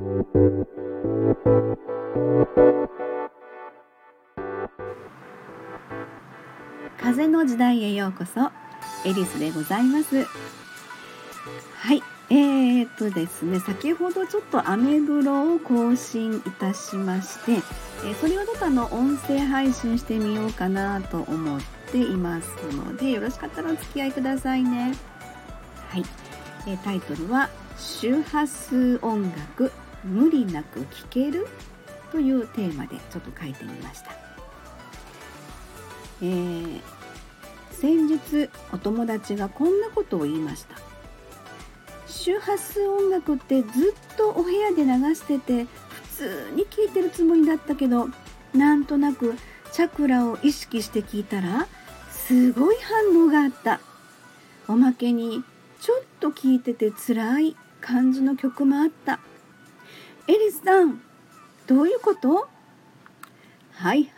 風の時代へようこそ。エリスでございます。はい、ですね、先ほどちょっとアメブロを更新いたしまして、それをちょっと音声配信してみようかなと思っていますので、よろしかったらお付き合いくださいね。はい、タイトルは周波数音楽無理なく聴けるというテーマでちょっと書いてみました。先日お友達がこんなことを言いました。周波数音楽ってずっとお部屋で流してて普通に聴いてるつもりだったけど、なんとなくチャクラを意識して聴いたらすごい反応があった。おまけにちょっと聴いてて辛い感じの曲もあった。エリスさん、どういうこと？はい、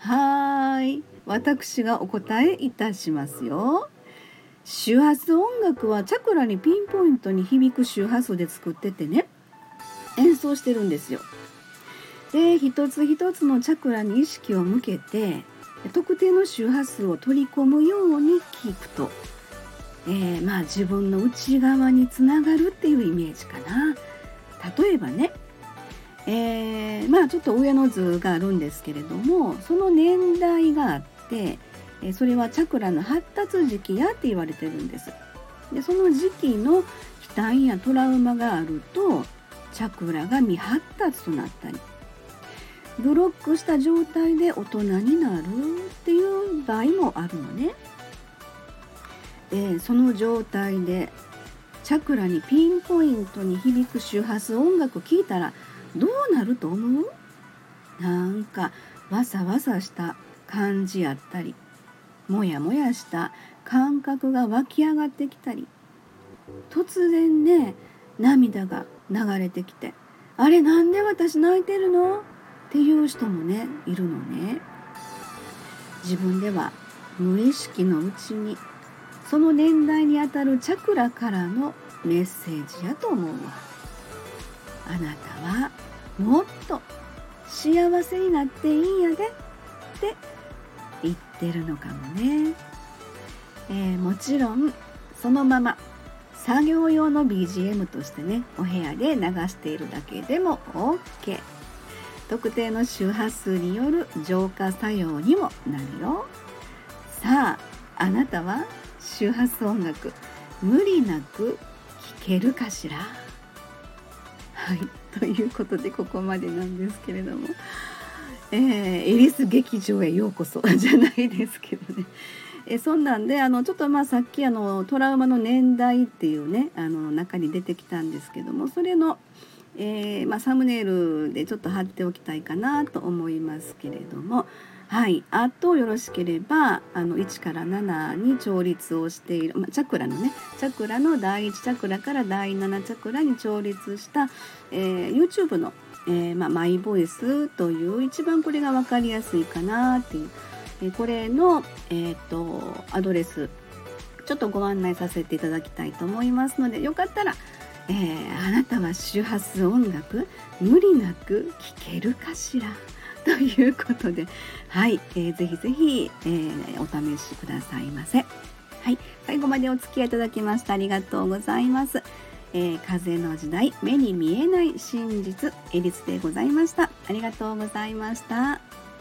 私がお答えいたしますよ。周波数音楽はチャクラにピンポイントに響く周波数で作っててね、演奏してるんですよ。で、一つ一つのチャクラに意識を向けて特定の周波数を取り込むように聴くと、自分の内側につながるっていうイメージかな。例えばね、ちょっと上の図があるんですけれども、その年代があって、それはチャクラの発達時期やって言われてるんです。で、その時期の悲嘆やトラウマがあるとチャクラが未発達となったり、ブロックした状態で大人になるっていう場合もあるのね。で、その状態でチャクラにピンポイントに響く周波数音楽聴いたらどうなると思う？なんかわさわさした感じやったり、もやもやした感覚が湧き上がってきたり、突然ね、涙が流れてきて、あれ、なんで私泣いてるのっていう人もね、いるのね。自分では無意識のうちにその年代にあたるチャクラからのメッセージやと思うわ。あなたはもっと幸せになっていいんやでって言ってるのかもね。もちろんそのまま作業用の BGM としてね、お部屋で流しているだけでも OK。 特定の周波数による浄化作用にもなるよ。さあ、あなたは周波数音楽無理なく聴けるかしら？はい、ということでここまでなんですけれども、エリス劇場へようこそじゃないですけどね。そんなんでちょっとさっきトラウマの年代っていうね中に出てきたんですけども、それの、サムネイルでちょっと貼っておきたいかなと思いますけれども、はい、あとよろしければ1から7に調律をしている、チャクラのね、チャクラの第1チャクラから第7チャクラに調律した、YouTube の、マイボイスという一番これが分かりやすいかなっていう、これの、アドレスちょっとご案内させていただきたいと思いますので、よかったら、あなたは周波数音楽無理なく聴けるかしらということで、はい、ぜひぜひ、お試しくださいませ。はい、最後までお付き合いいただきましてありがとうございます。風の時代、目に見えない真実、エリスでございました。ありがとうございました。